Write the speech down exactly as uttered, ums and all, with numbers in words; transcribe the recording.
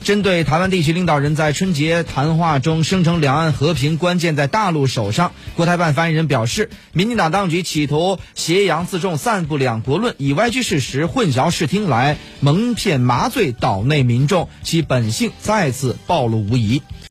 针对台湾地区领导人在春节谈话中声称两岸和平关键在大陆手上，国台办发言人表示，民进党当局企图挟洋自重，散布两国论，以歪曲事实、混淆视听来蒙骗麻醉岛内民众，其本性再次暴露无遗。